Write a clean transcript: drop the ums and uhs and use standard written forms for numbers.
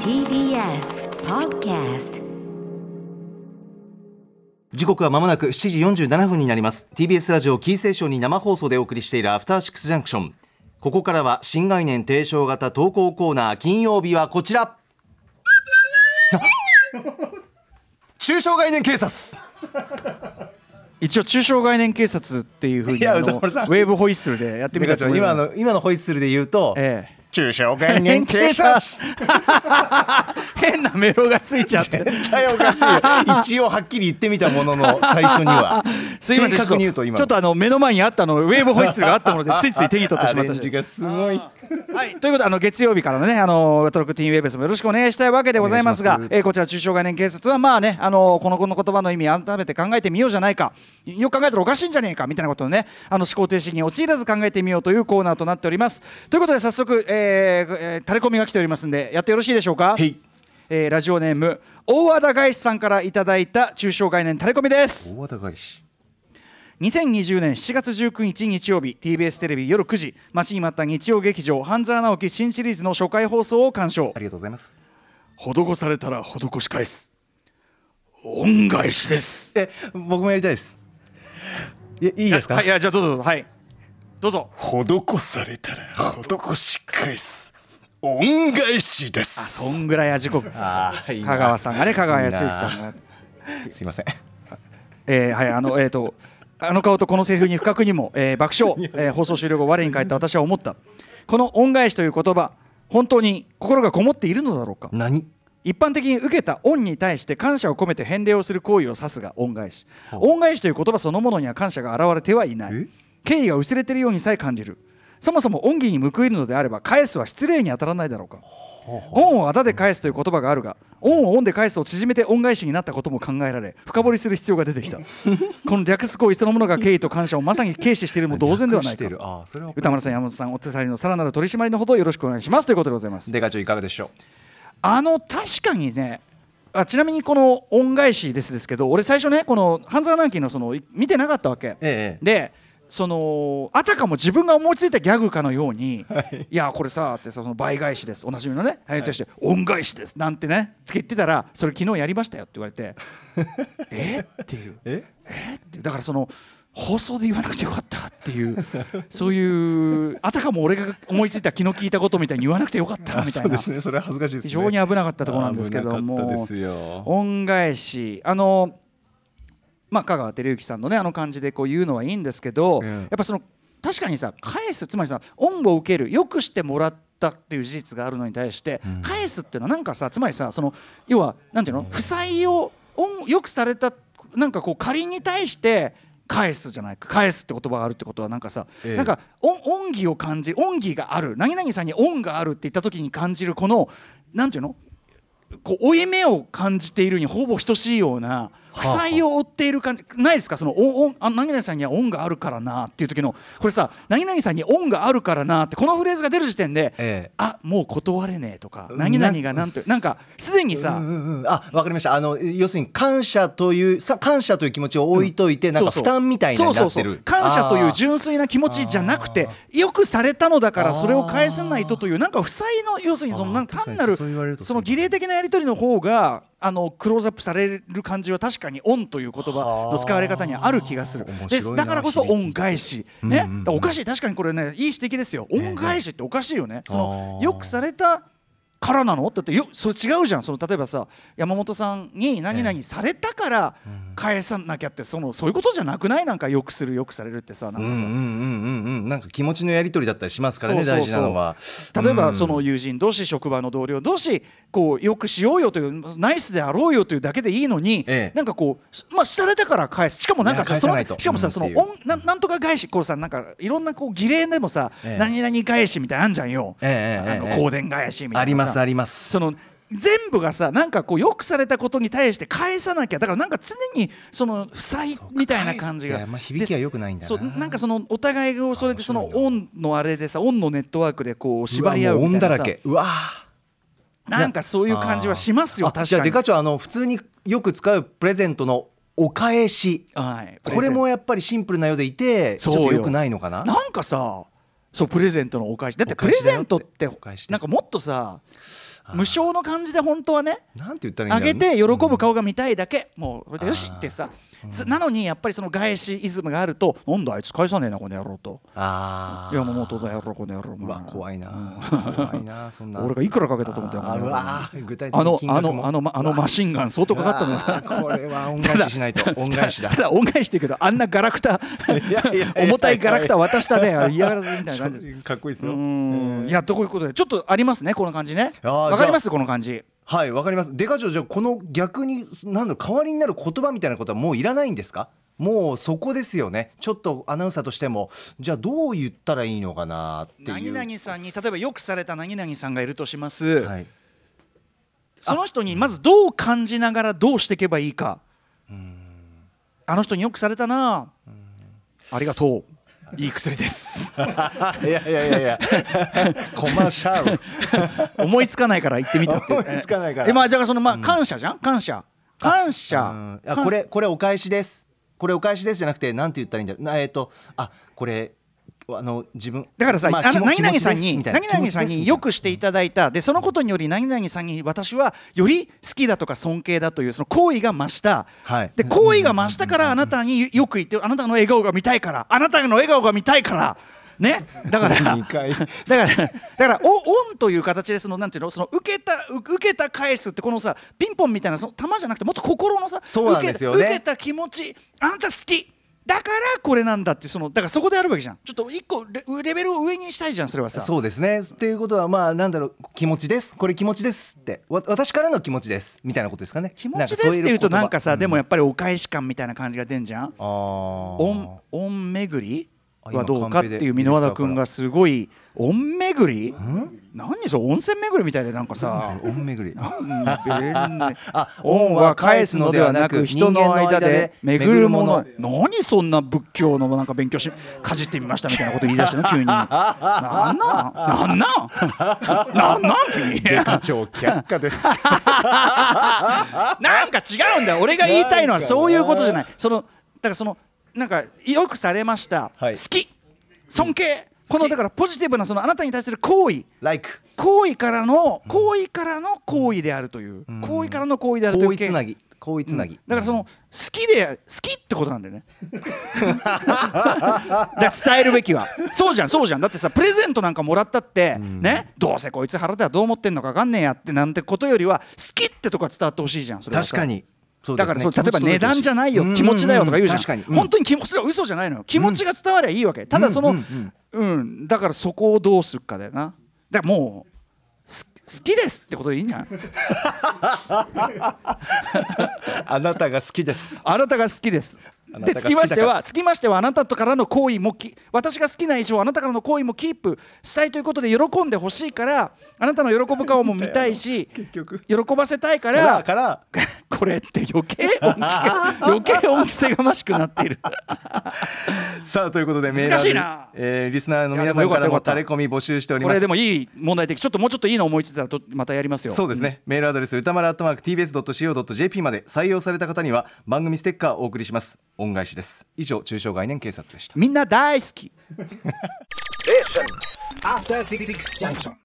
TBS Podcast。 時刻は間もなく7時47分になります。 TBS ラジオキーステーションに生放送でお送りしているアフターシックスジャンクション。ここからは新概念提唱型投稿コーナー。金曜日はこちら中小概念警察。 一応中小概念警察っていう風にウェーブホイッスルでやってみたら今のホイッスルで言うと、 中小概念警察変なメロがついちゃって絶対おかしいよ一応はっきり言ってみたものの最初にはすいません、 正確に言うと今ちょっと目の前にあったウェーブホイッスルがあったものでついつい手に取ってしまったアレンジがすごいはい、ということで月曜日からのねトロックティーンウェーブスもよろしくお願いしたいわけでございますが、こちら中小概念警察はまあねこの言葉の意味改めて考えてみようじゃないか、よく考えたらおかしいんじゃねえかみたいなことをね思考停止に陥らず考えてみようというコーナーとなっております。ということで早速、タレコミが来ておりますんでやってよろしいでしょうか。ラジオネーム大和田外資さんからいただいた中小概念タレコミです。 大和田外資。 2020年7月19日日曜日 TBS テレビ夜9時待ちに待った日曜劇場半沢直樹新シリーズの初回放送を鑑賞。 ありがとうございます。 施されたら施し返す恩返しです。 僕もやりたいです。いいですか。 はい、じゃあどうぞ。はいどうぞ。 施されたら施し返す恩返しです。 そんぐらい味濃く香川さんがね、香川康之さんがすいません。 はいあの顔とこのセリフに不覚にも、爆笑、放送終了後我に返った私は思った。この恩返しという言葉本当に心がこもっているのだろうか。 何。 一般的に受けた恩に対して感謝を込めて返礼をする行為を指すが恩返し。恩返しという言葉そのものには感謝が現れてはいない。敬意が薄れているようにさえ感じる。そもそも恩義に報いるのであれば返すは失礼に当たらないだろうか。恩をあだで返すという言葉があるが、恩を恩で返すを縮めて恩返しになったことも考えられ、深掘りする必要が出てきた。この略す行為そのものが敬意と感謝をまさに軽視しているも同然ではないか。歌丸さん、山本さん、お二人のさらなる取り締まりのほどよろしくお願いしますということでございます。 デカ長いかがでしょう。 確かにね、ちなみにこの恩返しですけど、俺最初ねこの半沢直樹の見てなかったわけ、であたかも自分が思いついたギャグかのように、いやこれさってその倍返しですおなじみのね、対して恩返しですなんてねって言ってたら、それ昨日やりましたよって言われてっていうってだから放送で言わなくてよかったっていうそういうあたかも俺が思いついた昨日聞いたことみたいに言わなくてよかったみたいな。 そうですね、それは恥ずかしいですね。 非常に危なかったところなんですけども、恩返し香川照之さんのね感じでこう言うのはいいんですけど、やっぱ確かにさ返す、つまりさ恩を受ける、よくしてもらったっていう事実があるのに対して、返すっていうのはなんかさ、つまりさ要はなんていうの、負債をよくされたなんかこう仮に対して返すじゃないか、返すって言葉があるってことはなんかさ、なんか恩義を感じる、恩義がある、何々さんに恩があるって言った時に感じるこのなんていうの、こう負い目を感じているにほぼ等しいような負債を負っている感じないですか。何々さんには恩があるからなっていう時のこれさ、何々さんに恩があるからなってこのフレーズが出る時点で、もう断れねえとか、何々がなんかすでにさ、 わかりました。要するに感謝という気持ちを置いといて、なんか負担みたいになってる。 感謝という純粋な気持ちじゃなくて、よくされたのだからそれを返さないとというなんか負債の、要するに単なる儀礼的なやり取りの方がクローズアップされる感じは確かに恩という言葉の使われ方にはある気がする。だからこそ恩返しね、おかしい、確かにこれねいい指摘ですよ。恩返しっておかしいよね。よくされたからなのだってそれ違うじゃん。例えばさ山本さんに何々されたから返さなきゃってそういうことじゃなくない？なんかよくするよくされるってさ、 なんか気持ちのやり取りだったりしますからね。大事なのは例えば友人同士、職場の同僚同士こうよくしようよという、ナイスであろうよというだけでいいのに、なんかこうされたから返す、しかもなんかさしかもさなんとか返し、こうさなんかいろんなこう儀礼でもさ、何々返しみたいなのあんじゃんよ、香典返しみたいなさあります。 全部がさなんかこうよくされたことに対して返さなきゃ、だからなんか常に負債みたいな感じが、 響きは良くないんだな。 なんかお互いをそれで恩のあれでさ、恩のネットワークでこう縛り合うみたいなさ、 恩だらけ。 なんかそういう感じはしますよ。確かに。 じゃあデカ長普通によく使うプレゼントのお返し、これもやっぱりシンプルなようでいてちょっと良くないのかな。 なんかさプレゼントのお返しだって、プレゼントってなんかもっとさ無償の感じで本当はね、 なんて言ったらいいんだろう、 あげて喜ぶ顔が見たいだけ、もうこれでよしってさ、なのにやっぱりその返しイズムがあると、なんだあいつ返さねえなこの野郎と、山本だ野郎この野郎、 うわ怖いな、怖いなそんな俺がいくらかけたと思って具体的に金額もあのマシンガン相当かかったのこれは恩返ししないと恩返しだただ恩返しって言うけど、あんなガラクタ重たいガラクタ渡したね嫌がらずみたいな感じかっこいいですよ。 いやということでちょっとありますねこの感じね。わかりますこの感じ。 はいわかります。デカ長、じゃあこの逆になんだ代わりになる言葉みたいなことはもういらないんですか？もうそこですよね。ちょっとアナウンサーとしてもじゃあどう言ったらいいのかなっていう。 何々さんに例えばよくされた何々さんがいるとします、 はい、 その人にまずどう感じながらどうしていけばいいか。あの人によくされたな、ありがとう、いい薬ですいやコマーシャル思いつかないから言ってみたって思いつかないからだからその感謝じゃん、感謝これお返しです、これお返しですじゃなくてなんて言ったらいいんだろう、これ自分だからさ、何々さんによくしていただいたで、そのことにより何々さんに私はより好きだとか尊敬だというその行為が増した、で行為が増したからあなたによく言って、あなたの笑顔が見たいから、あなたの笑顔が見たいからね、だからオンという形でなんていうの、その受けた返すってこのさピンポンみたいなその玉じゃなくてもっと心のさ、 そうなんですよね、 受けた気持ち、あなた好きだからこれなんだってだからそこであるわけじゃん。ちょっと一個レベルを上にしたいじゃんそれはさ。 そうですね。ということはなんだろう、気持ちです、これ気持ちですって私からの気持ちですみたいなことですかね。 気持ちですって言うとなんかさ、でもやっぱりお返し感みたいな感じが出んじゃん。オン巡りはどうかっていう箕輪田君がすごいオン巡り、何それ温泉巡りみたいでなんかさオン巡りオンは返すのではなく人の間で巡るもの。何そんな仏教のなんか勉強かじってみましたみたいなこと言い出したの急になん君デカ長却下ですなんか違うんだよ。俺が言いたいのはそういうことじゃない。だからなんかよくされました、好き尊敬、このだからポジティブなあなたに対する行為、行為からの行為であるという、行為からの行為であるという、 行為つなぎ、 だから好きってことなんだよねだ伝えるべきはそうじゃん。だってさプレゼントなんかもらったってね、どうせこいつ腹ではどう思ってんのか分かんねえやってなんてことよりは好きってとこは伝わってほしいじゃん。それは確かにだから例えば値段じゃないよ、気持ちだよとか言うじゃん。本当にそれは嘘じゃないのよ。気持ちが伝わりゃいいわけ。ただだからそこをどうするかだよな。だからもう好きですってことでいいんじゃないあなたが好きです、 あなたが好きです。でつきましてはあなたからの行為も私が好きな以上あなたからの行為もキープしたいということで喜んでほしいから、あなたの喜ぶ顔も見たいし喜ばせたいからこれって余計恩着せがましくなっているさあということでメール難しいな、 リスナーの皆さんからもタレコミ募集しております。 これでもいい問題的、もうちょっといいの思いついたらまたやりますよ。 そうですね、メールアドレス歌丸@tbs.co.jp まで採用された方には番組ステッカーをお送りします。恩返しです。以上中小概念警察でした。 みんな大好き After 66 junction